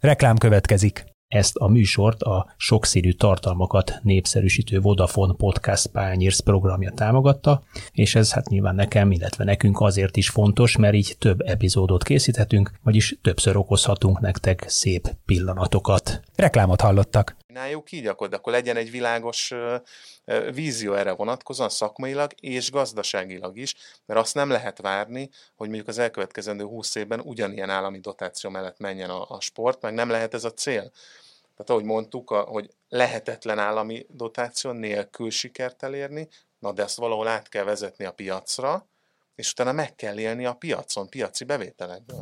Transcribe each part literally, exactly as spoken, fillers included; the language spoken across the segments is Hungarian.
Reklám következik. Ezt a műsort a sokszínű tartalmakat népszerűsítő Vodafone Podcast Pioneers programja támogatta, és ez hát nyilván nekem, illetve nekünk azért is fontos, mert így több epizódot készíthetünk, vagyis többször okozhatunk nektek szép pillanatokat. Reklámot hallottak. Csináljuk így, akkor, de akkor legyen egy világos uh, vízió erre vonatkozóan szakmailag és gazdaságilag is, mert azt nem lehet várni, hogy mondjuk az elkövetkezendő húsz évben ugyanilyen állami dotáció mellett menjen a, a sport, meg nem lehet ez a cél. Tehát ahogy mondtuk, a, hogy lehetetlen állami dotáció nélkül sikert elérni, na de ezt valahol át kell vezetni a piacra, és utána meg kell élni a piacon, piaci bevételekből.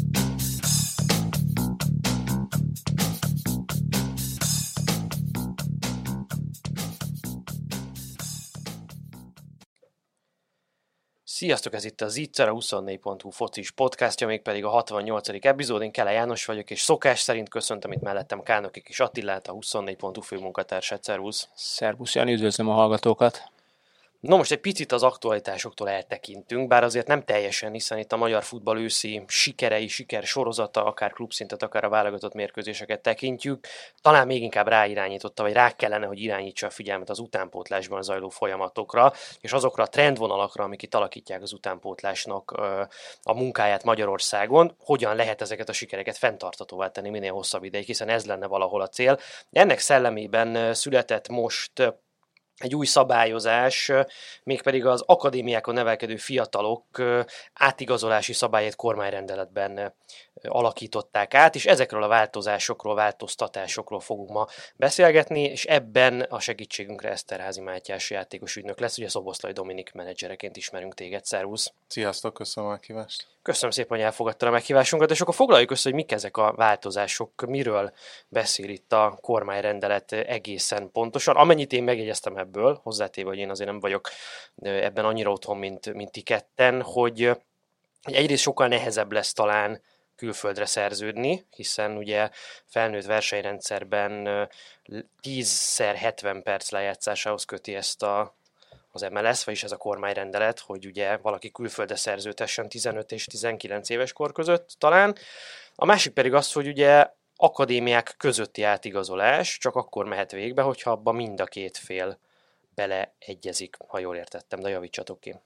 Sziasztok, ez itt a Zicser, a huszonnégy pont hu focis podcastja, mégpedig a hatvannyolcadik epizód. Én Kele János vagyok, és szokás szerint köszöntöm itt mellettem Kálnoki Kis Attilát, a huszonnégy pont hu főmunkatársát. Szervusz! Szervusz, Jani, üdvözlöm a hallgatókat! No, most egy picit az aktualitásoktól eltekintünk, bár azért nem teljesen, hiszen itt a magyar futball őszi sikerei, siker sorozata, akár klubszintet, akár a válogatott mérkőzéseket tekintjük. Talán még inkább ráirányította, vagy rá kellene, hogy irányítsa a figyelmet az utánpótlásban zajló folyamatokra, és azokra a trendvonalakra, amik itt alakítják az utánpótlásnak a munkáját Magyarországon. Hogyan lehet ezeket a sikereket fenntarthatóvá tenni minél hosszabb ideig, hiszen ez lenne valahol a cél. Ennek szellemében született most egy új szabályozás, mégpedig az akadémiákon nevelkedő fiatalok átigazolási szabályait kormányrendeletben alakították át, és ezekről a változásokról, változtatásokról fogunk ma beszélgetni, és ebben a segítségünkre Eszterházy Mátyás játékos ügynök lesz, ugye Szoboszlai Dominik menedzsereként ismerünk téged, szervusz! Sziasztok, köszönöm a meghívást! Köszönöm szépen, hogy elfogadtad a meghívásunkat, és akkor foglaljuk össze, hogy mik ezek a változások, miről beszél itt a kormányrendelet egészen pontosan. Amennyit én megjegyeztem ebből, hozzátéve, hogy én azért nem vagyok ebben annyira otthon, mint, mint ti ketten, hogy egyrészt sokkal nehezebb lesz talán külföldre szerződni, hiszen ugye felnőtt versenyrendszerben tízszer hetven perc lejátszásához köti ezt a az em el es, vagyis ez a kormányrendelet, hogy ugye valaki külföldre szerződhessen tizenöt és tizenkilenc éves kor között talán. A másik pedig az, hogy ugye akadémiák közötti átigazolás csak akkor mehet végbe, hogyha abban mind a két fél beleegyezik, ha jól értettem, de javítsatok ki.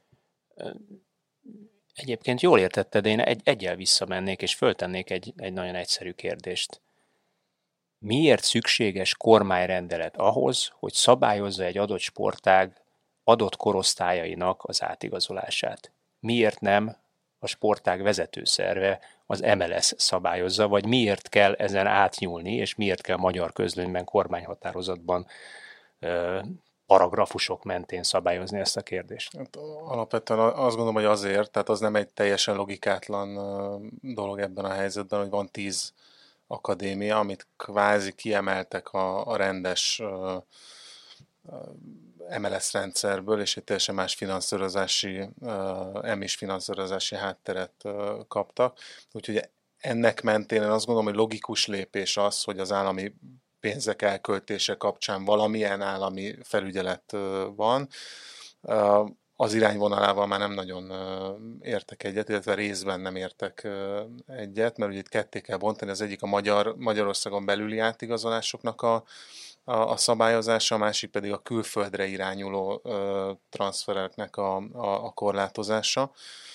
Egyébként jól értetted, én egy, egyel visszamennék, és föltennék egy, egy nagyon egyszerű kérdést. Miért szükséges kormányrendelet ahhoz, hogy szabályozza egy adott sportág adott korosztályainak az átigazolását? Miért nem a sportág vezetőszerve, az em el es szabályozza, vagy miért kell ezen átnyúlni, és miért kell magyar közlönyben, kormányhatározatban, paragrafusok mentén szabályozni ezt a kérdést? Hát, alapvetően azt gondolom, hogy azért, tehát az nem egy teljesen logikátlan dolog ebben a helyzetben, hogy van tíz akadémia, amit kvázi kiemeltek a, a rendes uh, em el es rendszerből, és egy teljesen más finanszírozási, uh, em is finanszírozási hátteret uh, kaptak. Úgyhogy ennek mentén én azt gondolom, hogy logikus lépés az, hogy az állami pénzek elköltése kapcsán valamilyen állami felügyelet uh, van. Uh, az irányvonalával már nem nagyon értek egyet, illetve részben nem értek egyet, mert ugye itt ketté kell bontani, az egyik a Magyar, Magyarországon belüli átigazolásoknak a, a, a szabályozása, a másik pedig a külföldre irányuló transfereknek a, a, a korlátozása.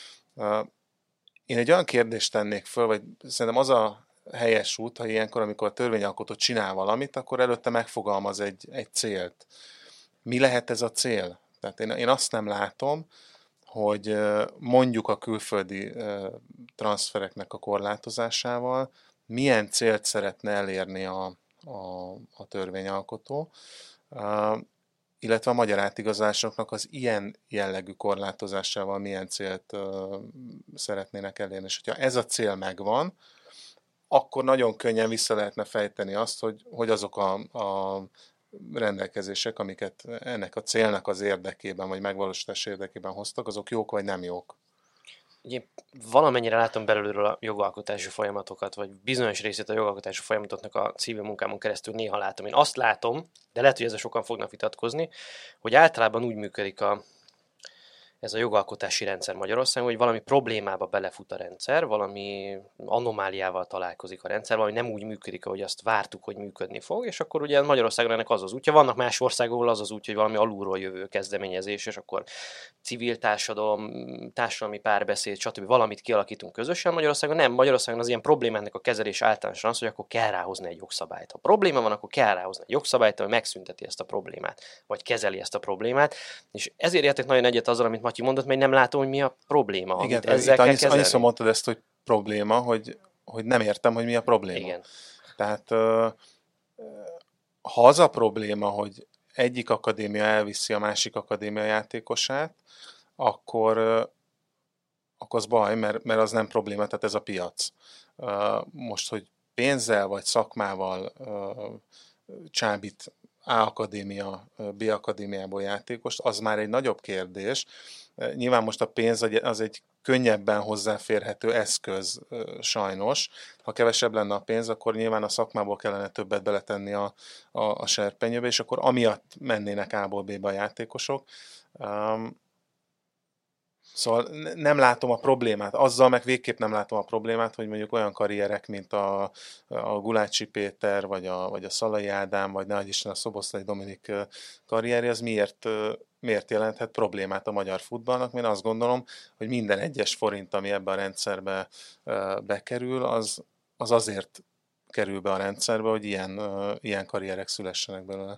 Én egy olyan kérdést tennék föl, vagy szerintem az a helyes út, ha ilyenkor, amikor a törvényalkotó csinál valamit, akkor előtte megfogalmaz egy, egy célt. Mi lehet ez a cél? Tehát én, én azt nem látom, hogy mondjuk a külföldi transfereknek a korlátozásával milyen célt szeretne elérni a, a, a törvényalkotó, illetve a magyar átigazolásoknak az ilyen jellegű korlátozásával milyen célt szeretnének elérni. És hogyha ez a cél megvan, akkor nagyon könnyen vissza lehetne fejteni azt, hogy, hogy azok a, a rendelkezések, amiket ennek a célnak az érdekében, vagy megvalósítás érdekében hoztak, azok jók vagy nem jók. Én valamennyire látom belülről a jogalkotási folyamatokat, vagy bizonyos részét a jogalkotási folyamatoknak a civil munkámon keresztül néha látom. Én azt látom, de lehet, hogy ezzel sokan fognak vitatkozni, hogy általában úgy működik a ez a jogalkotási rendszer Magyarországon, hogy valami problémába belefut a rendszer, valami anomáliával találkozik a rendszer, valami nem úgy működik, ahogy azt vártuk, hogy működni fog, és akkor ugye Magyarországon ennek az az útja. Vannak más országokból az az útja, hogy valami alulról jövő kezdeményezés, és akkor civil társadalom, társadalmi párbeszéd, stb. Valamit kialakítunk közösen. Magyarországon nem. Magyarországon az ilyen problémának a kezelés általánosan az, hogy akkor kell ráhozni egy jogszabályt. Ha probléma van, akkor kell ráhozni egy jogszabályt, ami megszünteti ezt a problémát, vagy kezeli ezt a problémát. És ezért értek nagyon egyet azzal, amit Matyi mondott, mert nem látom, hogy mi a probléma. Igen, ezzel kell annyi, kezelni. annyiszor mondtad ezt, hogy probléma, hogy, hogy nem értem, hogy mi a probléma. Igen. Tehát ha az a probléma, hogy egyik akadémia elviszi a másik akadémia játékosát, akkor, akkor az baj, mert, mert az nem probléma, tehát ez a piac. Most, hogy pénzzel vagy szakmával csábít A akadémia, B akadémiából játékost, az már egy nagyobb kérdés. Nyilván most a pénz az egy könnyebben hozzáférhető eszköz sajnos. Ha kevesebb lenne a pénz, akkor nyilván a szakmából kellene többet beletenni a, a, a serpenyőbe, és akkor amiatt mennének A-ból B-be a játékosok. Um, Szóval nem látom a problémát. Azzal meg végképp nem látom a problémát, hogy mondjuk olyan karrierek, mint a, a Gulácsi Péter, vagy a, vagy a Szalai Ádám, vagy ne adj Isten a Szoboszlai Dominik karrierje, az miért, miért jelenthet problémát a magyar futballnak. Én azt gondolom, hogy minden egyes forint, ami ebbe a rendszerbe bekerül, az, az azért kerül be a rendszerbe, hogy ilyen, ilyen karrierek szülessenek belőle.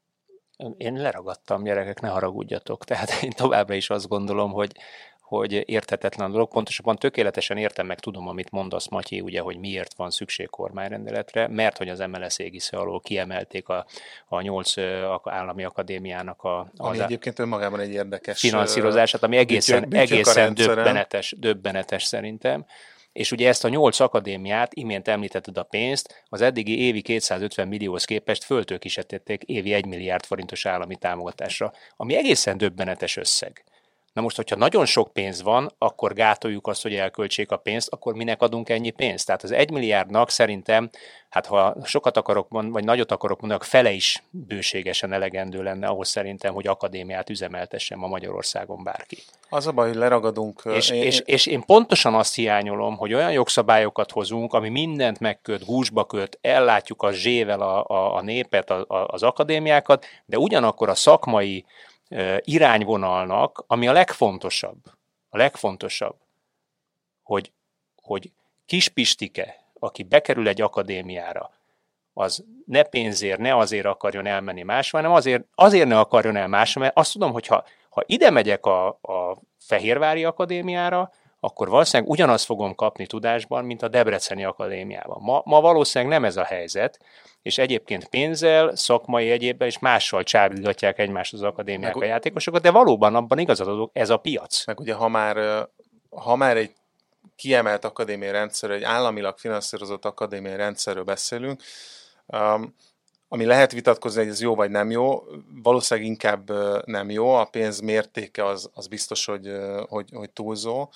Én leragadtam, gyerekek, ne haragudjatok. Tehát én továbbra is azt gondolom, hogy, hogy érthetetlen dolog. Pontosabban tökéletesen értem, meg tudom, amit mondasz, Matyi, ugye, hogy miért van szükség kormányrendeletre, mert hogy az em el es égisze alól kiemelték a, a nyolc állami akadémiának a, ami egyébként önmagában egy érdekes finanszírozását, ami egészen, bütyök, bütyök egészen döbbenetes, döbbenetes szerintem. És ugye ezt a nyolc akadémiát, imént említetted a pénzt, az eddigi évi kétszázötven millióhoz képest föltőkisítették évi egy milliárd forintos állami támogatásra, ami egészen döbbenetes összeg. Na most, hogyha nagyon sok pénz van, akkor gátoljuk azt, hogy elköltsék a pénzt, akkor minek adunk ennyi pénzt? Tehát az egy milliárdnak szerintem, hát ha sokat akarok mondani, vagy nagyot akarok mondani, fele is bőségesen elegendő lenne ahhoz szerintem, hogy akadémiát üzemeltessen ma Magyarországon bárki. Az a baj, hogy leragadunk. És én, és, és én pontosan azt hiányolom, hogy olyan jogszabályokat hozunk, ami mindent megköt, gúzsba köt, ellátjuk a zsével a, a, a népet, a, a, az akadémiákat, de ugyanakkor a szakmai irányvonalnak, ami a legfontosabb, a legfontosabb, hogy, hogy kis Pistike, aki bekerül egy akadémiára, az ne pénzért, ne azért akarjon elmenni másra, hanem azért, azért ne akarjon el másra, mert azt tudom, hogy ha, ha ide megyek a, a Fehérvári Akadémiára, akkor valószínűleg ugyanazt fogom kapni tudásban, mint a Debreceni Akadémiában. Ma, ma valószínűleg nem ez a helyzet, és egyébként pénzzel, szakmai egyébben és mással csábítgatják egymást az akadémiák, meg, a játékosokat, de valóban abban igazad adok, ez a piac. Meg ugye, ha már, ha már egy kiemelt akadémiai rendszerről, egy államilag finanszírozott akadémiai rendszerről beszélünk, um, ami lehet vitatkozni, hogy ez jó vagy nem jó, valószínűleg inkább nem jó, a pénz mértéke az, az biztos, hogy, hogy, hogy túlzó,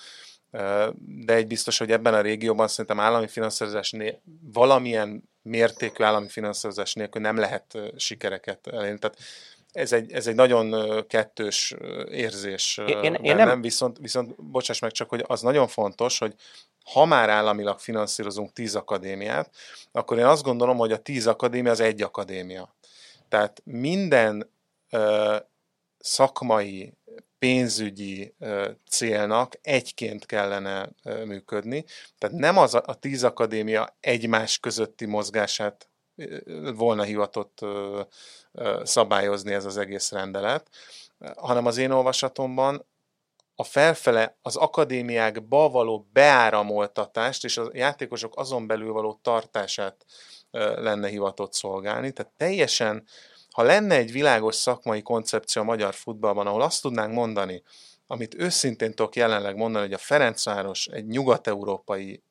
de egy biztos, hogy ebben a régióban szerintem állami finanszírozás né- valamilyen mértékű állami finanszírozás nélkül nem lehet sikereket elérni. Tehát ez egy, ez egy nagyon kettős érzés én, én, bennem, én nem... viszont, viszont bocsáss meg csak, hogy az nagyon fontos, hogy ha már államilag finanszírozunk tíz akadémiát, akkor én azt gondolom, hogy a tíz akadémia az egy akadémia. Tehát minden ö, szakmai, pénzügyi ö, célnak egyként kellene ö, működni. Tehát nem az a, a tíz akadémia egymás közötti mozgását ö, volna hivatott ö, ö, szabályozni ez az egész rendelet, hanem az én olvasatomban a felfele az akadémiákba való beáramoltatást és a játékosok azon belül való tartását lenne hivatott szolgálni. Tehát teljesen, ha lenne egy világos szakmai koncepció a magyar futballban, ahol azt tudnánk mondani, amit őszintén tudok jelenleg mondani, hogy a Ferencváros egy nyugat-európai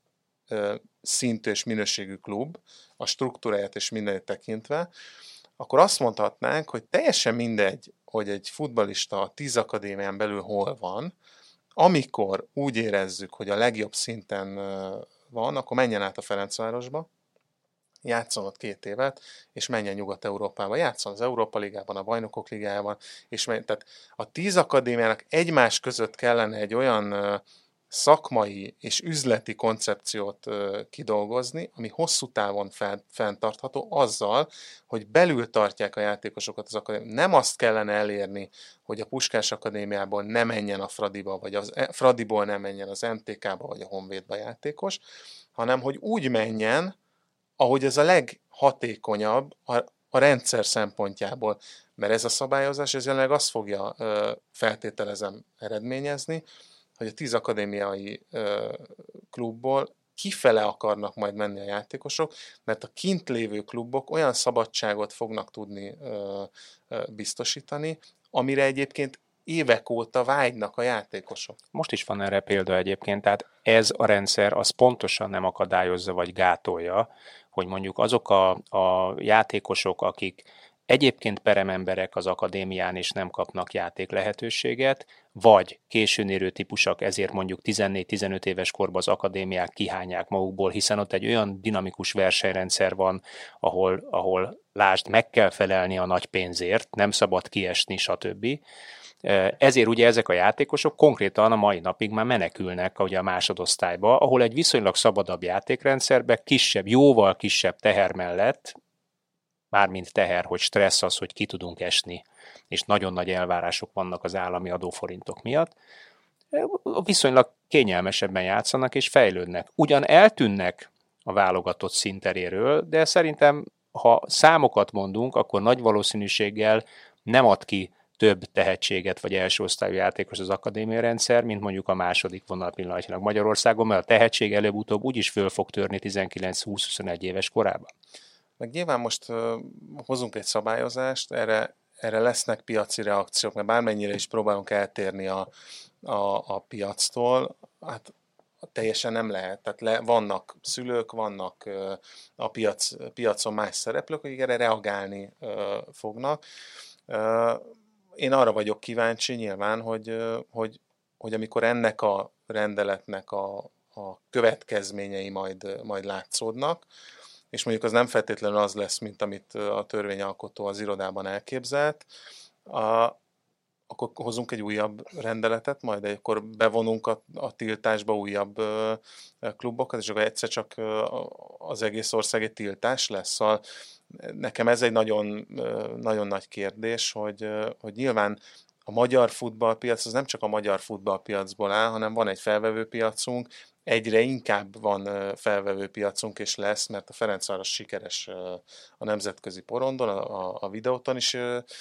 szintű és minőségű klub, a struktúráját és mindenét tekintve, akkor azt mondhatnánk, hogy teljesen mindegy, hogy egy futballista a tíz akadémián belül hol van, amikor úgy érezzük, hogy a legjobb szinten van, akkor menjen át a Ferencvárosba, játszon ott két évet, és menjen Nyugat-Európába, játszon az Európa Ligában, a Bajnokok Ligájában, és menj, tehát a tíz akadémiának egymás között kellene egy olyan szakmai és üzleti koncepciót kidolgozni, ami hosszú távon fenntartható azzal, hogy belül tartják a játékosokat az akadémiában. Nem azt kellene elérni, hogy a Puskás Akadémiából ne menjen a Fradiba, vagy a Fradiból ne menjen az em té ká-ba, vagy a Honvédba játékos, hanem hogy úgy menjen, ahogy ez a leghatékonyabb a, a rendszer szempontjából. Mert ez a szabályozás, ez jelenleg azt fogja feltételezem eredményezni, hogy a tíz akadémiai ö, klubból kifele akarnak majd menni a játékosok, mert a kint lévő klubok olyan szabadságot fognak tudni ö, ö, biztosítani, amire egyébként évek óta vágynak a játékosok. Most is van erre példa egyébként, tehát ez a rendszer az pontosan nem akadályozza vagy gátolja, hogy mondjuk azok a, a játékosok, akik egyébként perememberek az akadémián és nem kapnak játék lehetőséget, vagy későn érő típusok, ezért mondjuk tizennégy-tizenöt éves korban az akadémiák kihányják magukból, hiszen ott egy olyan dinamikus versenyrendszer van, ahol, ahol lásd, meg kell felelni a nagy pénzért, nem szabad kiesni, stb. Ezért ugye ezek a játékosok konkrétan a mai napig már menekülnek ugye a másodosztályba, ahol egy viszonylag szabadabb játékrendszerben kisebb, jóval kisebb teher mellett, mármint teher, hogy stressz az, hogy ki tudunk esni, és nagyon nagy elvárások vannak az állami adóforintok miatt, viszonylag kényelmesebben játszanak és fejlődnek. Ugyan eltűnnek a válogatott színteréről, de szerintem, ha számokat mondunk, akkor nagy valószínűséggel nem ad ki több tehetséget vagy első osztályú játékos az akadémiai rendszer, mint mondjuk a második vonal pillanatnyilag Magyarországon, mert a tehetség előbb-utóbb úgyis föl fog törni tizenkilenc-húsz-huszonegy éves korában. Meg nyilván most uh, hozunk egy szabályozást, erre, erre lesznek piaci reakciók, mert bármennyire is próbálunk eltérni a, a, a piactól, hát teljesen nem lehet. Tehát le, vannak szülők, vannak uh, a piac, piacon más szereplők, akik erre reagálni uh, fognak. Uh, én arra vagyok kíváncsi nyilván, hogy, uh, hogy, hogy amikor ennek a rendeletnek a, a következményei majd, majd látszódnak, és mondjuk az nem feltétlenül az lesz, mint amit a törvényalkotó az irodában elképzelt, a, akkor hozunk egy újabb rendeletet, majd akkor bevonunk a, a tiltásba újabb ö, klubokat, és akkor egyszer csak ö, az egész ország egy tiltás lesz. Szóval nekem ez egy nagyon, ö, nagyon nagy kérdés, hogy, ö, hogy nyilván a magyar futballpiac az nem csak a magyar futballpiacból áll, hanem van egy felvevőpiacunk, egyre inkább van felvevő piacunk, és lesz, mert a Ferencváros sikeres a nemzetközi porondon, a, a videóton is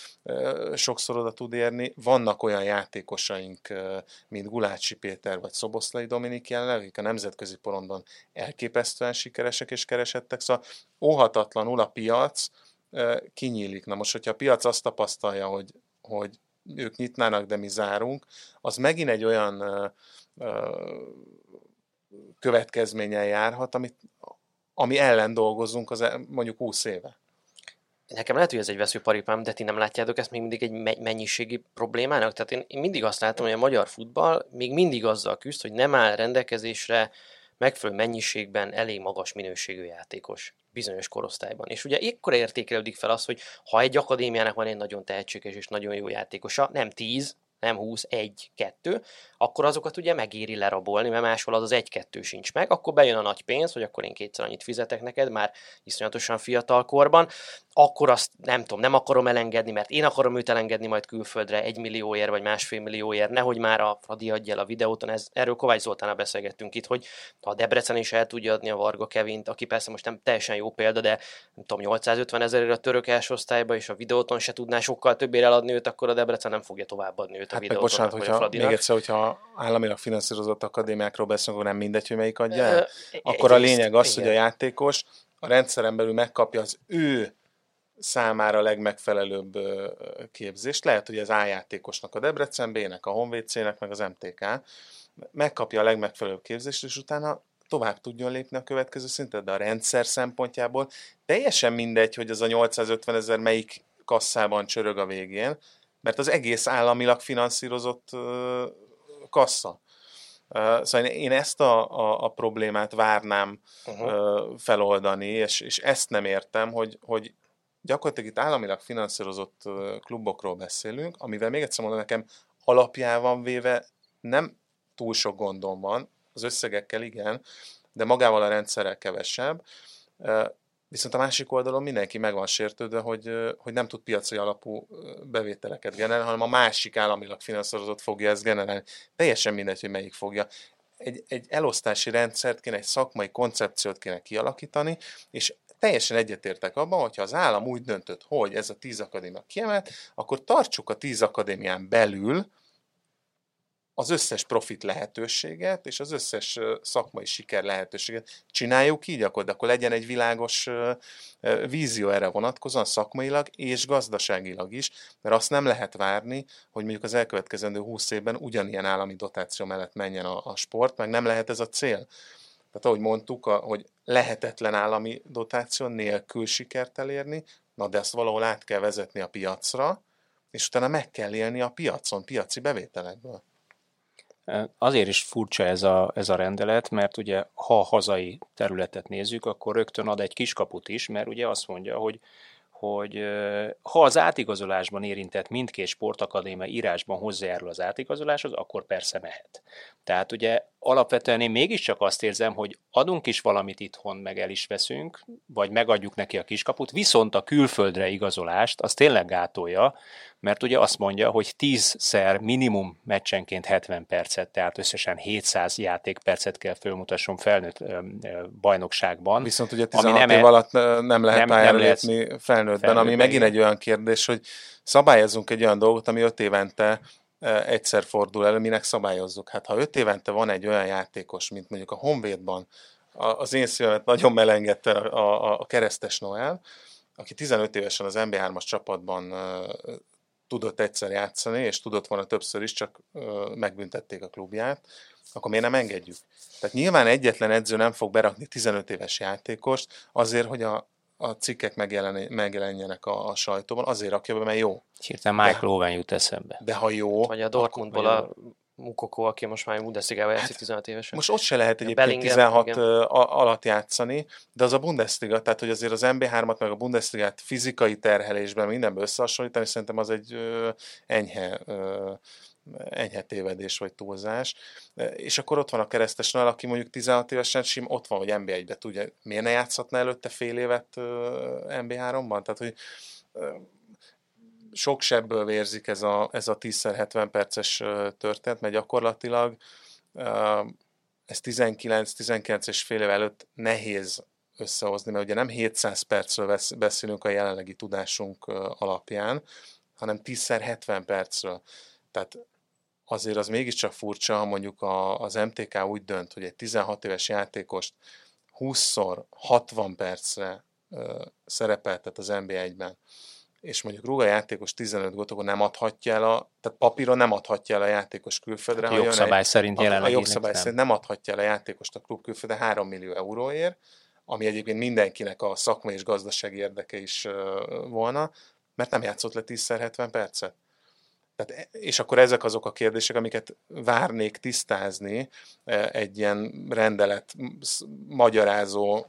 sokszor oda tud érni. Vannak olyan játékosaink, mint Gulácsi Péter vagy Szoboszlai Dominik jelenleg, akik a nemzetközi porondon elképesztően sikeresek és keresettek, szóval óhatatlanul a piac kinyílik. Na most, hogyha a piac azt tapasztalja, hogy, hogy ők nyitnának, de mi zárunk, az megint egy olyan következménnyel járhat, amit, ami ellen dolgozunk az mondjuk húsz éve. Nekem lehet, hogy ez egy veszőparipám, de ti nem látjátok ezt még mindig egy mennyiségi problémának? Tehát én, én mindig azt látom, hogy a magyar futball még mindig azzal küzd, hogy nem áll rendelkezésre megfelelő mennyiségben elég magas minőségű játékos bizonyos korosztályban. És ugye ekkor értékelődik fel az, hogy ha egy akadémiának van egy nagyon tehetséges és nagyon jó játékosa, nem tíz, nem húsz, egy, kettő, akkor azokat ugye megéri lerabolni, mert máshol az az egy-kettő sincs meg, akkor bejön a nagy pénz, hogy akkor én kétszer annyit fizetek neked, már iszonyatosan fiatal korban, akkor azt nem tudom, nem akarom elengedni, mert én akarom őt elengedni majd külföldre egy millióért vagy másfél millióért, nehogy már a Fradi adja el a videóton, ez, erről Kovács Zoltánnal beszélgettünk itt, hogy ha a Debrecen is el tudja adni a Varga Kevint, aki persze most nem teljesen jó példa, de nem tudom, nyolcszázötven ezerért a török első osztályba, és a videóton se tudná sokkal többére eladni őt, akkor a Debrecen nem fogja továbbadni őt a hát videóton. Bocsánat, hogyha, még egyszer, hogyha államilag finanszírozott akadémiákról beszélünk, akkor nem mindegy, hogy melyik adja el? Akkor a lényeg az, hogy a játékos a rendszeren belül megkapja az ő számára legmegfelelőbb képzést. Lehet, hogy ez A-játékosnak a Debrecen, B-nek a Honvéd, C-nek meg az em té ká. Megkapja a legmegfelelőbb képzést, és utána tovább tudjon lépni a következő szintet, de a rendszer szempontjából teljesen mindegy, hogy az a nyolcszázötven ezer melyik kasszában csörög a végén, mert az egész államilag finanszírozott kassa. Szóval én ezt a, a, a problémát várnám Uh-huh. feloldani, és, és ezt nem értem, hogy, hogy gyakorlatilag itt államilag finanszírozott klubokról beszélünk, amivel még egyszer mondom, nekem alapjában véve nem túl sok gondom van, az összegekkel igen, de magával a rendszerrel kevesebb. Viszont a másik oldalon mindenki meg van sértődve, hogy, hogy nem tud piaci alapú bevételeket generálni, hanem a másik államilag finanszírozott fogja ezt generálni. Teljesen mindegy, hogy melyik fogja. Egy, egy elosztási rendszert kéne, egy szakmai koncepciót kéne kialakítani, és teljesen egyetértek abban, hogyha az állam úgy döntött, hogy ez a tíz akadémia kiemelt, akkor tartsuk a tíz akadémián belül az összes profit lehetőséget, és az összes szakmai siker lehetőséget csináljuk így, akkor, de akkor legyen egy világos vízió erre vonatkozóan szakmailag és gazdaságilag is, mert azt nem lehet várni, hogy mondjuk az elkövetkezendő húsz évben ugyanilyen állami dotáció mellett menjen a, a sport, meg nem lehet ez a cél. Tehát ahogy mondtuk, a, hogy lehetetlen állami dotáció nélkül sikert elérni, na de ezt valahol át kell vezetni a piacra, és utána meg kell élni a piacon, piaci bevételekből. Azért is furcsa ez a, ez a rendelet, mert ugye ha a hazai területet nézzük, akkor rögtön ad egy kiskaput is, mert ugye azt mondja, hogy, hogy ha az átigazolásban érintett mindkét sportakadémia írásban hozzájárul az átigazoláshoz, akkor persze mehet. Tehát ugye alapvetően én mégiscsak azt érzem, hogy adunk is valamit itthon, meg el is veszünk, vagy megadjuk neki a kiskaput, viszont a külföldre igazolást az tényleg gátolja, mert ugye azt mondja, hogy tízszer minimum meccsenként hetven percet, tehát összesen hétszáz játékpercet kell fölmutasson felnőtt ö, ö, bajnokságban. Viszont ugye tizenhat év alatt nem lehet nem, pályára nem lépni felnőttben, felnőttben, ami igen. megint egy olyan kérdés, hogy szabályozzunk egy olyan dolgot, ami öt évente egyszer fordul elő, minek szabályozzuk. Hát ha öt évente van egy olyan játékos, mint mondjuk a Honvédban, az én szívemet nagyon melengedte a, a, a Keresztes Noel, aki tizenöt évesen az en bé hármas csapatban uh, tudott egyszer játszani, és tudott volna többször is, csak uh, megbüntették a klubját, akkor miért nem engedjük? Tehát nyilván egyetlen edző nem fog berakni tizenöt éves játékost azért, hogy a, a cikkek megjelenjenek a, a sajtóban, azért rakja be, mert jó. Hirtelen Michael Owen jut eszembe. De ha jó... Vagy a Dortmundból a Mukoko, aki most már Bundesligában játszik hát, tizenhat évesen. Most ott se lehet egyébként tizenhat igen. alatt játszani, de az a Bundesliga, tehát hogy azért az en bé hármat meg a Bundesligát fizikai terhelésben mindenben összehasonlítani, szerintem az egy ö, enyhe, ö, enyhe tévedés vagy túlzás. És akkor ott van a Keresztes Noel, aki mondjuk tizenhat évesen sim, ott van, hogy en bé egybe tudja. Miért ne játszhatna előtte fél évet ö, en bé háromban? Tehát, hogy ö, sok sebből vérzik ez a, ez a tízszer hetven perces történet, mert gyakorlatilag ez tizenkilenc-tizenkilenc és fél év előtt nehéz összehozni, mert ugye nem hétszáz percről beszélünk a jelenlegi tudásunk alapján, hanem tízszer hetven percről. Tehát azért az mégiscsak furcsa, ha mondjuk a, az em té ká úgy dönt, hogy egy tizenhat éves játékost húszszor hatvan percre szerepeltet az en bé egyben, és mondjuk rúg a játékos tizenöt gólt, akkor nem adhatja el a, tehát papíron nem adhatja el a játékos külföldre. A jogszabály szerint jelenleg. A jogszabály szerint nem adhatja el a játékost a klub külföldre három millió euróért, ami egyébként mindenkinek a szakmai és gazdasági érdeke is volna, mert nem játszott le tízszer hetven percet. Tehát, és akkor ezek azok a kérdések, amiket várnék tisztázni egy ilyen rendelet magyarázó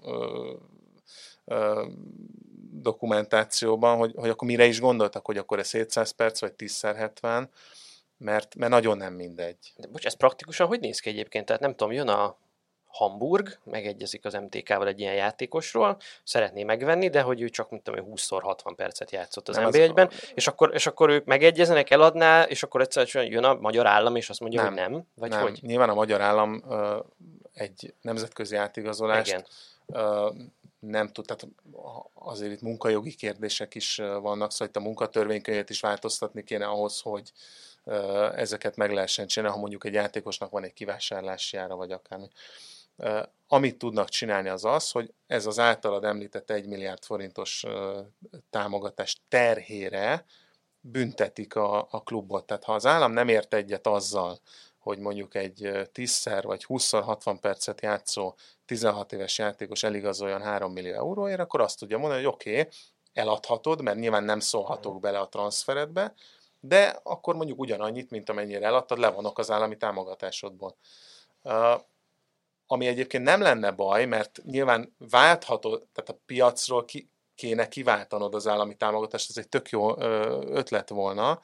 dokumentációban, hogy, hogy akkor mire is gondoltak, hogy akkor ez hétszáz perc, vagy tízszer hetven, mert, mert nagyon nem mindegy. De bocs, ez praktikusan hogy néz ki egyébként? Tehát nem tudom, jön a Hamburg, megegyezik az em té ká-val egy ilyen játékosról, szeretné megvenni, de hogy ő csak, mint tudom, húszszor hatvan percet játszott az en bé egyben, a... és, akkor, és akkor ők megegyeznek, eladná, és akkor egyszerűen jön a magyar állam, és azt mondja, nem, hogy nem? Vagy nem. hogy? Nyilván a magyar állam uh, egy nemzetközi átigazolást Igen. Uh, nem tud, tehát azért itt munkajogi kérdések is vannak, szóval itt a munkatörvénykönyvet is változtatni kéne ahhoz, hogy ezeket meg lehessen csinálni, ha mondjuk egy játékosnak van egy kivásárlási ára, vagy akármi. Amit tudnak csinálni az az, hogy ez az általad említett egy milliárd forintos támogatás terhére büntetik a, a klubot. Tehát ha az állam nem ért egyet azzal, hogy mondjuk egy tízszer vagy húszszor hatvan percet játszó tizenhat éves játékos eligazoljon három millió euróért, akkor azt tudja mondani, hogy oké, okay, eladhatod, mert nyilván nem szólhatok bele a transferedbe, de akkor mondjuk ugyanannyit, mint amennyire eladtad, levonok az állami támogatásodból. ami egyébként nem lenne baj, mert nyilván váltható, tehát a piacról ki, kéne kiváltanod az állami támogatást, ez egy tök jó ötlet volna,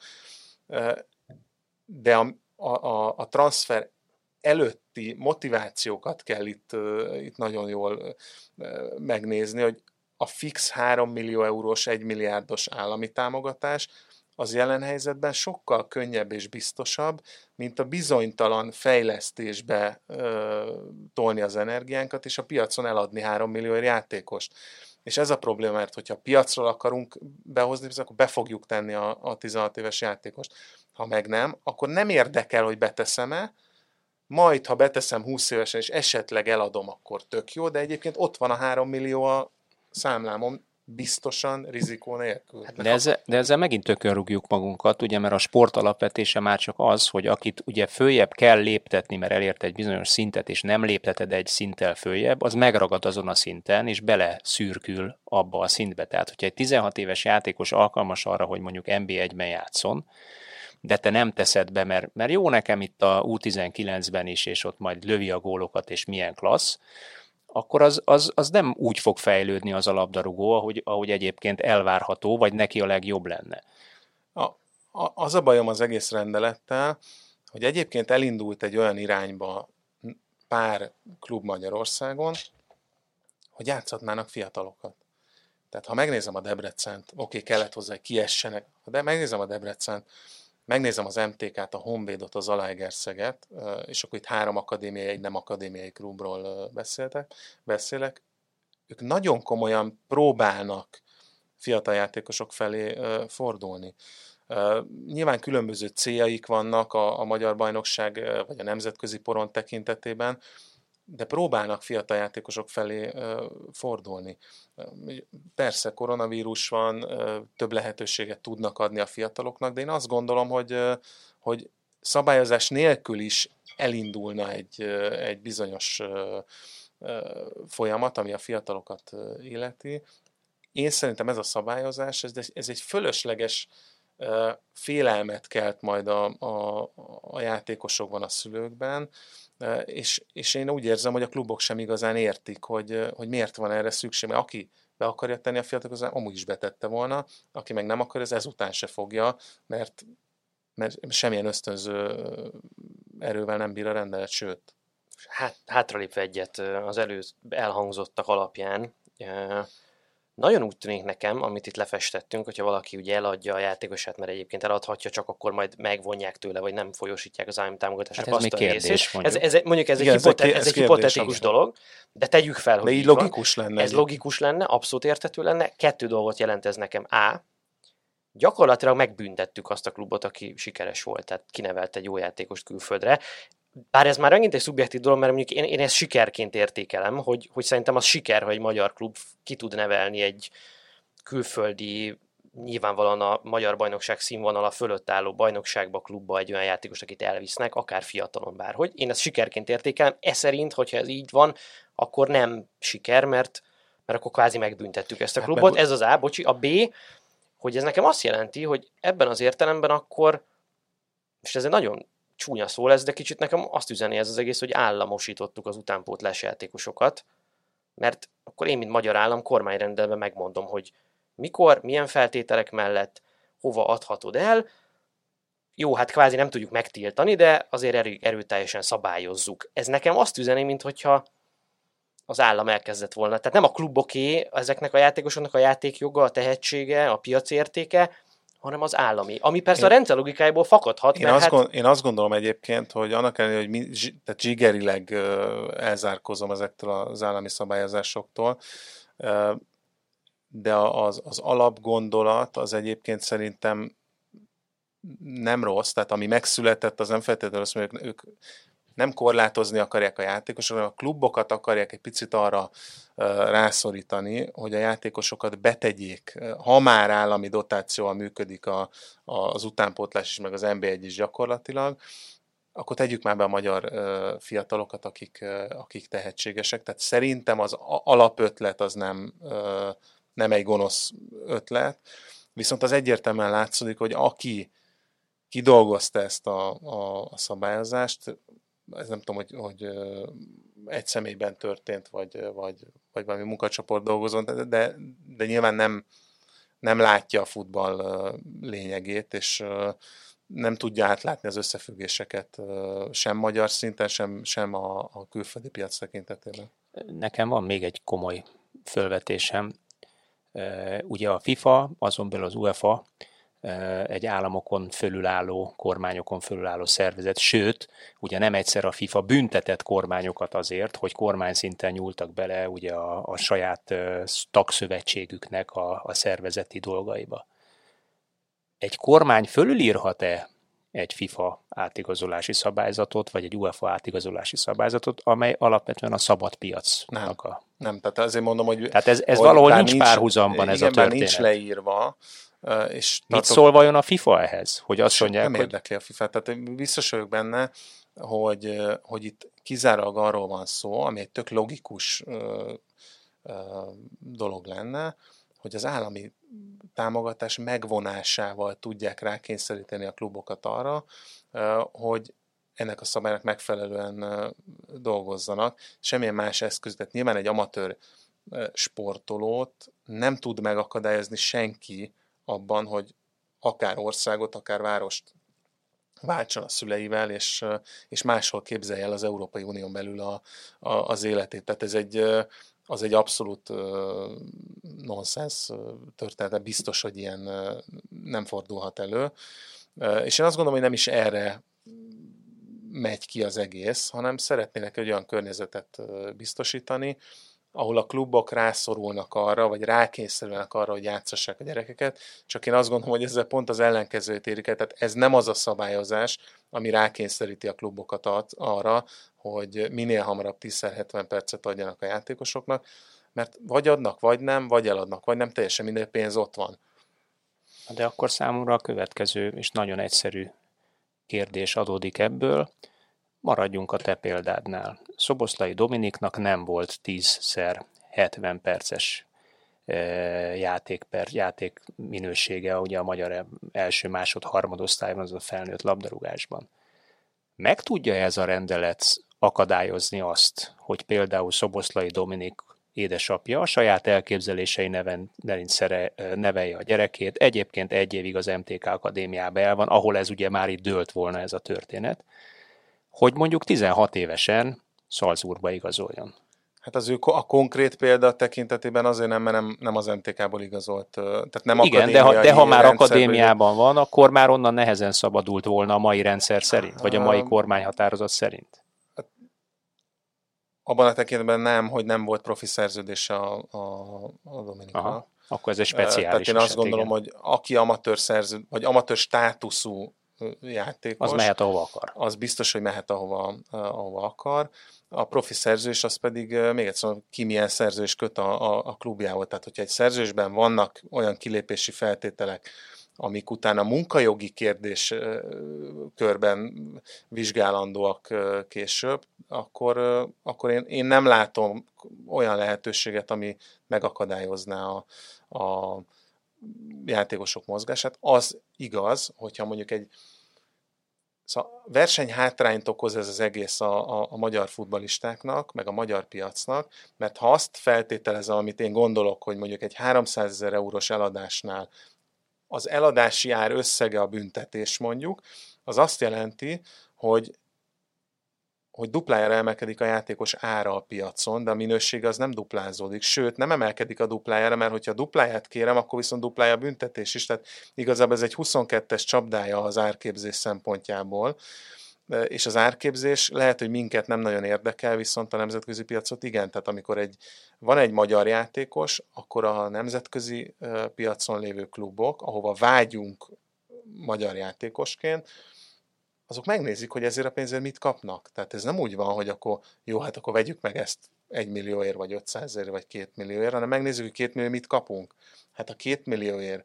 de a, a, a transfer előtti motivációkat kell itt, itt nagyon jól megnézni, hogy a fix három millió eurós, egy milliárdos állami támogatás az jelen helyzetben sokkal könnyebb és biztosabb, mint a bizonytalan fejlesztésbe ö, tolni az energiánkat, és a piacon eladni három millió játékost. És ez a probléma, mert hogyha a piacról akarunk behozni, akkor be fogjuk tenni a, a tizenhat éves játékost. Ha meg nem, akkor nem érdekel, hogy beteszem-e, majd, ha beteszem húsz évesen, és esetleg eladom, akkor tök jó, de egyébként ott van a három millió a számlámon, biztosan, rizikó nélkül. De ezzel, de ezzel megint tökön rúgjuk magunkat, ugye, mert a sport alapvetése már csak az, hogy akit ugye följebb kell léptetni, mert elért egy bizonyos szintet, és nem lépteted egy szinttel följebb, az megragad azon a szinten, és bele szürkül abba a szintbe. Tehát, hogyha egy tizenhat éves játékos alkalmas arra, hogy mondjuk en bé egyben játszon, de te nem teszed be, mert, mert jó nekem itt a U tizenkilencben is, és ott majd lövi a gólokat, és milyen klassz, akkor az, az, az nem úgy fog fejlődni az a labdarúgó, ahogy, ahogy egyébként elvárható, vagy neki a legjobb lenne. A, a, az a bajom az egész rendelettel, hogy egyébként elindult egy olyan irányba pár klub Magyarországon, hogy játszhatnának fiatalokat. Tehát ha megnézem a Debrecent, oké, kellett hozzá, hogy kiessenek, de megnézem a Debrecent, megnézem az em té ká-t, a Honvédot, az Zalaegerszeget, és akkor itt három akadémiai, egy nem akadémiai klubról beszéltek, beszélek. Ők nagyon komolyan próbálnak fiatal játékosok felé fordulni. Nyilván különböző céljaik vannak a, a magyar bajnokság vagy a nemzetközi poron tekintetében, de próbálnak fiatal játékosok felé fordulni. Persze koronavírus van, több lehetőséget tudnak adni a fiataloknak, de én azt gondolom, hogy, hogy szabályozás nélkül is elindulna egy, egy bizonyos folyamat, ami a fiatalokat illeti. Én szerintem ez a szabályozás, ez, ez egy fölösleges félelmet kelt majd a, a, a játékosokban, a szülőkben, és, és én úgy érzem, hogy a klubok sem igazán értik, hogy, hogy miért van erre szükség, mert aki be akarja tenni a fiatalokat, amúgy is betette volna, aki meg nem akar, ez ezután se fogja, mert, mert semmilyen ösztönző erővel nem bír a rendelet, sőt. Hát, hátralépve egyet az előtt elhangzottak alapján, nagyon úgy tűnik nekem, amit itt lefestettünk, hogyha valaki ugye eladja a játékosát, mert egyébként eladhatja, csak akkor majd megvonják tőle, vagy nem folyósítják az állami támogatásnak hát ez azt a kérdés, részét. mondjuk. Ez, ez, mondjuk ez Igen, egy, hipote- ez ez egy kérdés, hipotetikus dolog, de tegyük fel, hogy de így így logikus van. lenne. Ez logikus lenne, abszolút érthető lenne. Kettő dolgot jelent ez nekem. A. Gyakorlatilag megbüntettük azt a klubot, aki sikeres volt, tehát kinevelt egy jó játékost külföldre. Bár ez már megint egy szubjektív dolog, mert mondjuk én, én ezt sikerként értékelem, hogy, hogy szerintem az siker, hogy egy magyar klub ki tud nevelni egy külföldi, nyilvánvalóan a magyar bajnokság színvonala fölött álló bajnokságba, klubba egy olyan játékos, akit elvisznek, akár fiatalon bárhogy. Én ezt sikerként értékelem. E szerint, hogyha ez így van, akkor nem siker, mert, mert akkor kvázi megbüntettük ezt a klubot. Hát, ez az A, bocsi. A B, hogy ez nekem azt jelenti, hogy ebben az értelemben akkor, és ez egy nagyon csúnya szó lesz, de kicsit nekem azt üzeni ez az egész, hogy államosítottuk az utánpótlás játékosokat, mert akkor én, mint magyar állam, kormányrendelben megmondom, hogy mikor, milyen feltételek mellett, hova adhatod el. Jó, hát kvázi nem tudjuk megtiltani, de azért erő, erőteljesen szabályozzuk. Ez nekem azt üzeni, minthogyha az állam elkezdett volna. Tehát nem a kluboké, ezeknek a játékosoknak a játékjoga, a tehetsége, a piaci értéke, hanem az állami. Ami persze én, a rendszer logikájából fakadhat. Én, mert azt hát... gond, én azt gondolom egyébként, hogy annak ellenére, hogy mi, tehát zsigerileg elzárkozom ezektől az állami szabályozásoktól, de az, az alapgondolat az egyébként szerintem nem rossz, tehát ami megszületett, az nem feltétlenül azt mondja, ők nem korlátozni akarják a játékosokat, hanem a klubokat akarják egy picit arra uh, rászorítani, hogy a játékosokat betegyék. Ha már állami dotációval működik a, a, az utánpótlás is, meg az en bé egy is gyakorlatilag, akkor tegyük már be a magyar uh, fiatalokat, akik, uh, akik tehetségesek. Tehát szerintem az alapötlet az nem, uh, nem egy gonosz ötlet, viszont az egyértelműen látszik, hogy aki kidolgozta ezt a, a, a szabályozást, ez nem tudom, hogy, hogy egy személyben történt, vagy, vagy, vagy valami munkacsoport dolgozon, de, de nyilván nem, nem látja a futball lényegét, és nem tudja átlátni az összefüggéseket sem magyar szinten, sem, sem a, a külföldi piac tekintetében. Nekem van még egy komoly fölvetésem. Ugye a FIFA, azon belül az UEFA egy államokon fölülálló, kormányokon fölülálló szervezet, sőt, ugye nem egyszer a FIFA büntetett kormányokat azért, hogy kormányszinten nyúltak bele ugye a, a saját tagszövetségüknek a, a szervezeti dolgaiba. Egy kormány fölülírhat-e egy FIFA átigazolási szabályzatot, vagy egy UEFA átigazolási szabályzatot, amely alapvetően a szabad piacnak a... Nem, tehát azért mondom, hogy... Tehát ez, ez hogy valahol nincs, nincs párhuzamban ez igen, a történet. nincs leírva. És mit szól vajon a FIFA ehhez? Hogy azt mondják, nem hogy... érdekli a FIFA. Tehát biztos vagyok benne, hogy, hogy itt kizárólag arról van szó, ami egy tök logikus ö, ö, dolog lenne, hogy az állami támogatás megvonásával tudják rákényszeríteni a klubokat arra, ö, hogy ennek a szabálynak megfelelően ö, dolgozzanak. Semmilyen más eszköz, tehát nyilván egy amatőr ö, sportolót nem tud megakadályozni senki abban, hogy akár országot, akár várost váltson a szüleivel, és, és máshol képzelje el az Európai Unión belül a, a, az életét. Tehát ez egy, az egy abszolút uh, nonsens történet, biztos, hogy ilyen uh, nem fordulhat elő. Uh, és én azt gondolom, hogy nem is erre megy ki az egész, hanem szeretnének egy olyan környezetet uh, biztosítani, ahol a klubok rászorulnak arra, vagy rákényszerülnek arra, hogy játszassák a gyerekeket, csak én azt gondolom, hogy ezzel pont az ellenkezőt érik el, tehát ez nem az a szabályozás, ami rákényszeríti a klubokat arra, hogy minél hamarabb tíz-hetven percet adjanak a játékosoknak, mert vagy adnak, vagy nem, vagy eladnak, vagy nem, teljesen minden pénz ott van. De akkor számomra a következő és nagyon egyszerű kérdés adódik ebből. Maradjunk a te példádnál. Szoboszlai Dominiknak nem volt tízszer hetven perces játék, per, játék minősége ugye a magyar első, másod, harmadosztályban, az a felnőtt labdarúgásban. Meg tudja ez a rendelet akadályozni azt, hogy például Szoboszlai Dominik édesapja a saját elképzelései neven, szere, nevelje a gyerekét, egyébként egy évig az em té ká akadémiába el van, ahol ez ugye már itt dőlt volna ez a történet, hogy mondjuk tizenhat évesen Salzburgba igazoljon. Hát az ő a konkrét példa tekintetében azért nem, mert nem, nem az em té ká-ból igazolt. Tehát nem igen, de ha, de ha már akadémiában van, akkor már onnan nehezen szabadult volna a mai rendszer szerint, vagy a mai kormányhatározat szerint. Abban a tekintetben nem, hogy nem volt profi szerződése a, a, a Dominikkal. Akkor ez egy speciális Tehát én azt eset, gondolom, igen. hogy aki amatőr szerződ, vagy amatőr státuszú játékos, az mehet ahova akar. Az biztos, hogy mehet ahova, ahova akar. A profi szerzős az pedig, még egyszer, ki milyen szerzős köt a, a, a klubjával. Tehát, hogyha egy szerzősben vannak olyan kilépési feltételek, amik utána munkajogi kérdés körben vizsgálandóak később, akkor, akkor én, én nem látom olyan lehetőséget, ami megakadályozná a, a játékosok mozgását. Az igaz, hogyha mondjuk egy szóval versenyhátrányt okoz ez az egész a, a, a magyar futballistáknak, meg a magyar piacnak, mert ha azt feltételezem, amit én gondolok, hogy mondjuk egy háromszázezer eurós eladásnál az eladási ár összege a büntetés mondjuk, az azt jelenti, hogy hogy duplájára emelkedik a játékos ára a piacon, de a minőség az nem duplázódik, sőt nem emelkedik a duplájára, mert hogyha dupláját kérem, akkor viszont duplája a büntetés is, tehát igazából ez egy huszonkettes csapdája az árképzés szempontjából, és az árképzés lehet, hogy minket nem nagyon érdekel, viszont a nemzetközi piacot igen, tehát amikor egy, van egy magyar játékos, akkor a nemzetközi piacon lévő klubok, ahova vágyunk magyar játékosként, azok megnézik, hogy ezért a pénzért mit kapnak. Tehát ez nem úgy van, hogy akkor jó, hát akkor vegyük meg ezt egy millióért, vagy ötszázezerért, vagy két millióért, hanem megnézzük, hogy két millió mit kapunk. Hát a két millióért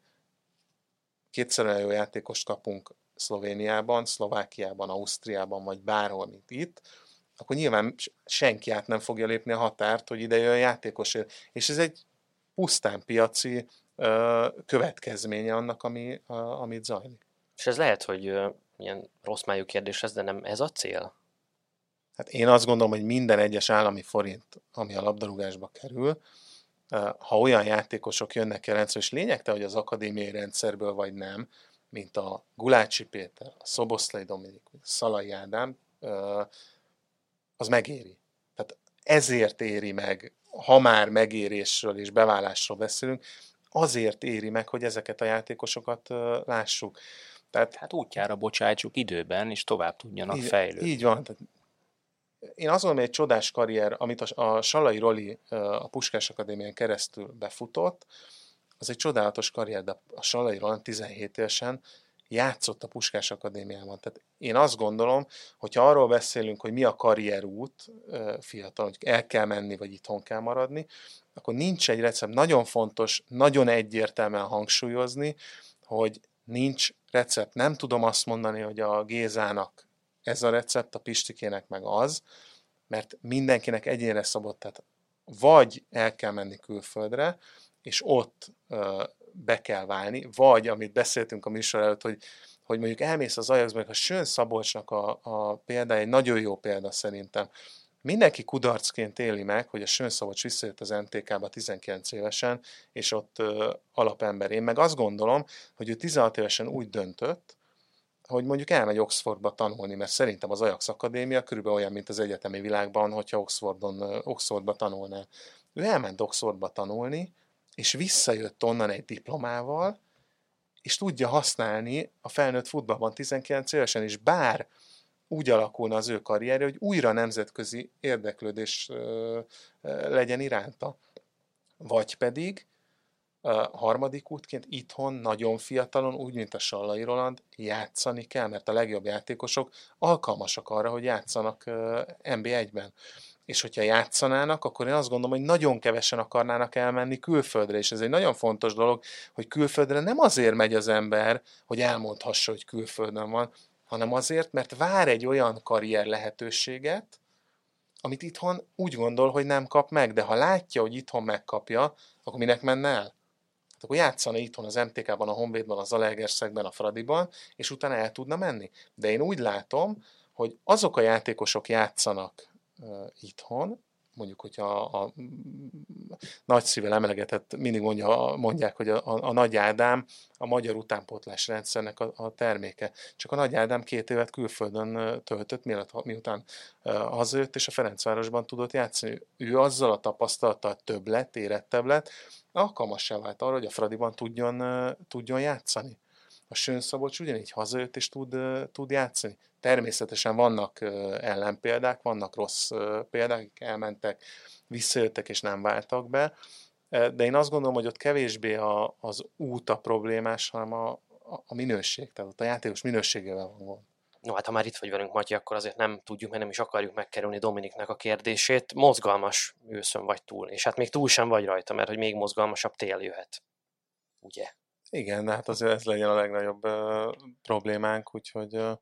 kétszer olyan jó játékost kapunk Szlovéniában, Szlovákiában, Ausztriában, vagy bárhol, mint itt, akkor nyilván senki át nem fogja lépni a határt, hogy ide jön játékosért. És ez egy pusztán piaci ö, következménye annak, ami, a, amit zajlik. És ez lehet, hogy ö, ilyen rossz májú kérdés ez, de nem ez a cél? Hát én azt gondolom, hogy minden egyes állami forint, ami a labdarúgásba kerül, ha olyan játékosok jönnek ki a rendszer, és lényegtelen, hogy az akadémiai rendszerből vagy nem, mint a Gulácsi Péter, a Szoboszlai Dominik, a Szalai Ádám, az megéri. Tehát ezért éri meg, ha már megérésről és beválásról beszélünk, azért éri meg, hogy ezeket a játékosokat lássuk. Tehát, hát útjára bocsájtsuk időben, és tovább tudjanak így, fejlődni. Így van. Tehát én azt gondolom, hogy egy csodás karrier, amit a, a Sallai Roli a Puskás Akadémián keresztül befutott, az egy csodálatos karrier, de a Sallai Roland tizenhét évesen játszott a Puskás Akadémiában. Tehát én azt gondolom, hogyha arról beszélünk, hogy mi a karrierút fiatal, hogy el kell menni, vagy itthon kell maradni, akkor nincs egy recept. Nagyon fontos, nagyon egyértelműen hangsúlyozni, hogy nincs recept. Nem tudom azt mondani, hogy a Gézának ez a recept, a Pistikének meg az, mert mindenkinek egyénre szabott. Tehát vagy el kell menni külföldre, és ott uh, be kell válni, vagy, amit beszéltünk a műsor előtt, hogy, hogy mondjuk elmész az Ajaxba, a Sön Szabolcsnak a, a példája egy nagyon jó példa szerintem. Mindenki kudarcként éli meg, hogy a Sön Szabolcs visszajött az em té ká-ba tizenkilenc évesen, és ott uh, alapember. Én meg azt gondolom, hogy ő tizenhat évesen úgy döntött, hogy mondjuk elmegy Oxfordba tanulni, mert szerintem az Ajax Akadémia körülbelül olyan, mint az egyetemi világban, hogyha Oxfordon, Oxfordba tanulnál. Ő elment Oxfordba tanulni, és visszajött onnan egy diplomával, és tudja használni a felnőtt futballban tizenkilenc évesen, és bár úgy alakulna az ő karrierje, hogy újra nemzetközi érdeklődés legyen iránta. Vagy pedig a harmadik útként itthon nagyon fiatalon, úgy, mint a Sallai Roland, játszani kell, mert a legjobb játékosok alkalmasak arra, hogy játszanak en bé egyben. És hogyha játszanának, akkor én azt gondolom, hogy nagyon kevesen akarnának elmenni külföldre, és ez egy nagyon fontos dolog, hogy külföldre nem azért megy az ember, hogy elmondhassa, hogy külföldön van, hanem azért, mert vár egy olyan karrier lehetőséget, amit itthon úgy gondol, hogy nem kap meg, de ha látja, hogy itthon megkapja, akkor minek menne el? Hát akkor játszana itthon az em té ká-ban, a Honvédban, az Zalaegerszegben, a Fradiban, és utána el tudna menni. De én úgy látom, hogy azok a játékosok játszanak uh, itthon, mondjuk, hogyha a, a nagy szívvel emlegetett, mindig mondja, mondják, hogy a, a, a Nagy Ádám a magyar utánpótlás rendszernek a, a terméke. Csak a Nagy Ádám két évet külföldön töltött, mielőtt, miután uh, hazajött, és a Ferencvárosban tudott játszani. Ő azzal a tapasztalattal több lett, érettebb lett, alkalmassá vált arra, hogy a Fradiban tudjon, uh, tudjon játszani. A Sön Szabolcs ugyanígy hazajött, és tud, uh, tud játszani. Természetesen vannak uh, ellenpéldák, vannak rossz uh, példák, akik elmentek, visszajöttek és nem váltak be, de én azt gondolom, hogy ott kevésbé a, az út a problémás, hanem a, a minőség, tehát ott a játékos minőségével van gond. No, hát ha már itt vagy velünk, Matyi, akkor azért nem tudjuk, mert nem is akarjuk megkerülni Dominiknek a kérdését. Mozgalmas őszön vagy túl, és hát még túl sem vagy rajta, mert hogy még mozgalmasabb tél jöhet. Ugye? Igen, de hát azért ez legyen a legnagyobb uh, problémánk, úgyhogy uh,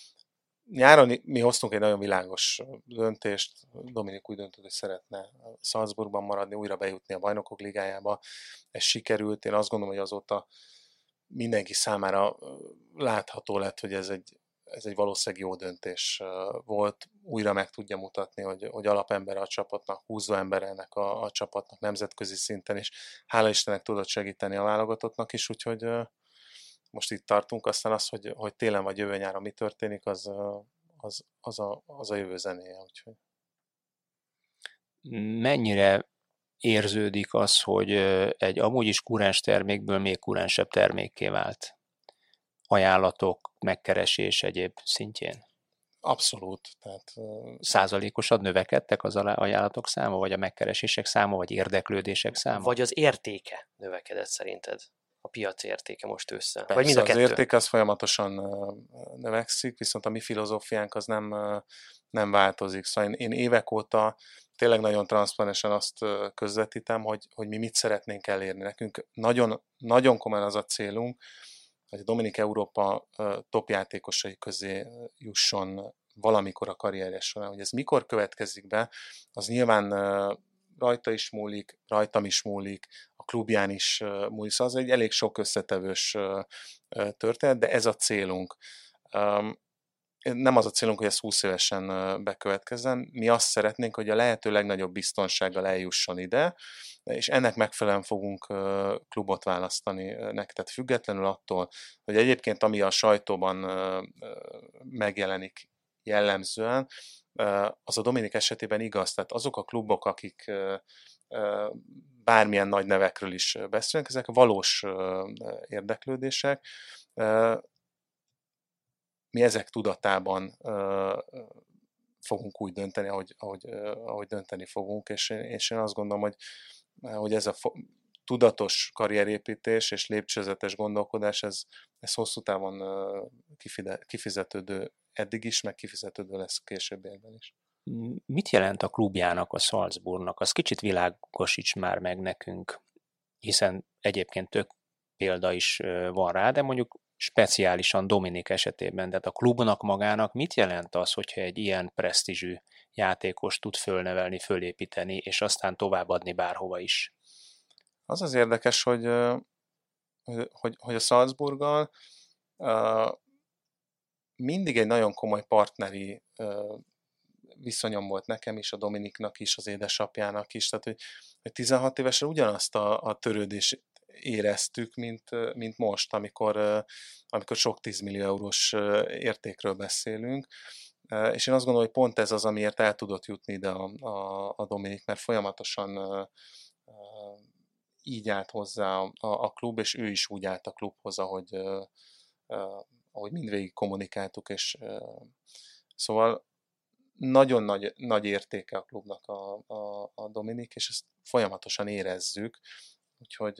nyáron mi hoztunk egy nagyon világos döntést. Dominik úgy döntött, hogy szeretne Salzburgban maradni, újra bejutni a Bajnokok Ligájába. Ez sikerült. Én azt gondolom, hogy azóta mindenki számára látható lett, hogy ez egy, ez egy valószínűleg jó döntés volt. Újra meg tudja mutatni, hogy, hogy alapember a csapatnak, húzó ember ennek a, a csapatnak nemzetközi szinten, és hála Istennek tudott segíteni a válogatottnak is, úgyhogy most itt tartunk, aztán az, hogy, hogy télen vagy jövő nyáron mi történik, az, az, az, a, az a jövő zenéje. Úgyhogy. Mennyire érződik az, hogy egy amúgy is kuráns termékből még kuránsebb termékké vált? Ajánlatok, megkeresés egyéb szintjén? Abszolút. Tehát, százalékosan növekedtek az ajánlatok száma, vagy a megkeresések száma, vagy érdeklődések száma? Vagy az értéke növekedett szerinted? A piac értéke most össze? Persze, vagy mind a kettő? Az érték az folyamatosan növekszik, viszont a mi filozófiánk az nem, nem változik. Szóval én, én évek óta tényleg nagyon transzparensen azt közvetítem, hogy, hogy mi mit szeretnénk elérni. Nekünk nagyon, nagyon komolyan az a célunk, hogy a Dominik Európa top játékosai közé jusson valamikor a karrierje során. Hogy ez mikor következik be, az nyilván rajta is múlik, rajtam is múlik, a klubján is múlik. Szóval az egy elég sok összetevős történet, de ez a célunk. nem az a célunk, hogy ez húsz évesen bekövetkezzen, mi azt szeretnénk, hogy a lehető legnagyobb biztonsággal eljusson ide, és ennek megfelelően fogunk klubot választani nektek, tehát függetlenül attól, hogy egyébként ami a sajtóban megjelenik jellemzően, az a Dominik esetében igaz, tehát azok a klubok, akik bármilyen nagy nevekről is beszélnek, ezek valós érdeklődések. Mi ezek tudatában fogunk úgy dönteni, ahogy, ahogy, ahogy dönteni fogunk, és, és én azt gondolom, hogy, hogy ez a tudatos karrierépítés és lépcsőzetes gondolkodás, ez, ez hosszú távon kifizetődő eddig is, meg kifizetődő lesz későbbiekben is. Mit jelent a klubjának, a Salzburgnak? Az kicsit világosíts már meg nekünk, hiszen egyébként tök példa is van rá, de mondjuk speciálisan Dominik esetében, tehát a klubnak magának mit jelent az, hogyha egy ilyen presztízsű játékos tud fölnevelni, fölépíteni, és aztán továbbadni bárhova is? Az az érdekes, hogy, hogy, hogy a Salzburggal mindig egy nagyon komoly partneri viszonyom volt nekem is, a Dominiknak is, az édesapjának is, tehát hogy, hogy tizenhat évesen ugyanazt a, a törődést éreztük, mint, mint most, amikor, amikor sok tízmillió eurós értékről beszélünk. És én azt gondolom, hogy pont ez az, amiért el tudott jutni ide a, a, a Dominik, mert folyamatosan így állt hozzá a, a klub, és ő is úgy állt a klubhoz, ahogy, ahogy mindvégig kommunikáltuk, és szóval nagyon nagy, nagy értéke a klubnak a, a, a Dominik, és ezt folyamatosan érezzük, úgyhogy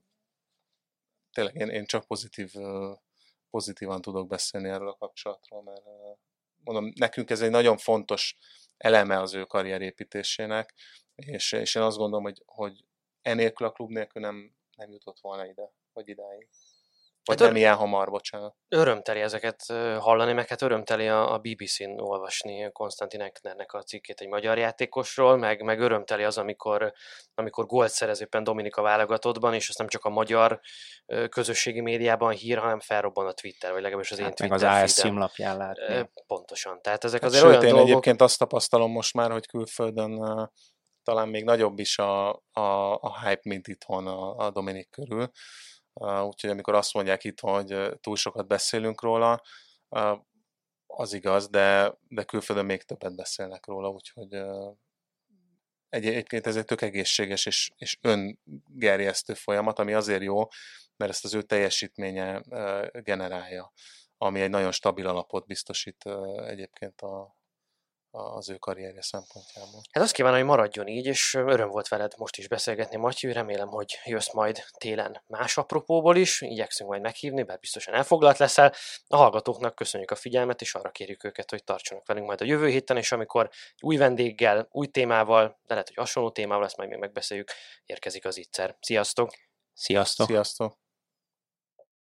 tényleg én, én csak pozitív, pozitívan tudok beszélni erről a kapcsolatról, mert mondom, nekünk ez egy nagyon fontos eleme az ő karrierépítésének, és, és én azt gondolom, hogy, hogy enélkül a klub nélkül nem, nem jutott volna ide, vagy idáig. Vagy hát nem ilyen hamar, bocsánat. Örömteli ezeket hallani, meg hát örömteli a, a bé bé cén olvasni Konstantin Ecknernek a cikkét egy magyar játékosról, meg, meg örömteli az, amikor, amikor gólt szerez éppen Dominika válogatottban, és azt nem csak a magyar közösségi médiában hír, hanem felrobban a Twitter, vagy legalábbis az én hát Twitter meg az á es címlapján látni. Pontosan. Tehát ezek hát azért sőt, olyan én dolgok... egyébként azt tapasztalom most már, hogy külföldön uh, talán még nagyobb is a, a, a hype, mint itthon a, a Dominik körül. Uh, úgyhogy amikor azt mondják itt, hogy túl sokat beszélünk róla, uh, az igaz, de, de külföldön még többet beszélnek róla, úgyhogy uh, egy, egyébként ez egy tök egészséges és, és öngerjesztő folyamat, ami azért jó, mert ezt az ő teljesítménye uh, generálja, ami egy nagyon stabil alapot biztosít uh, egyébként a az ő karrierje szempontjából. Hát azt kívánom, hogy maradjon így, és öröm volt veled most is beszélgetni, Matyi, remélem, hogy jössz majd télen más apropóból is, igyekszünk majd meghívni, bár biztosan elfoglalt leszel. A hallgatóknak köszönjük a figyelmet, és arra kérjük őket, hogy tartsanak velünk majd a jövő héten, és amikor új vendéggel, új témával, de lehet, hogy hasonló témával, ezt majd még megbeszéljük, érkezik az Ittszer. Sziasztok! Sziasztok! Sziasztok!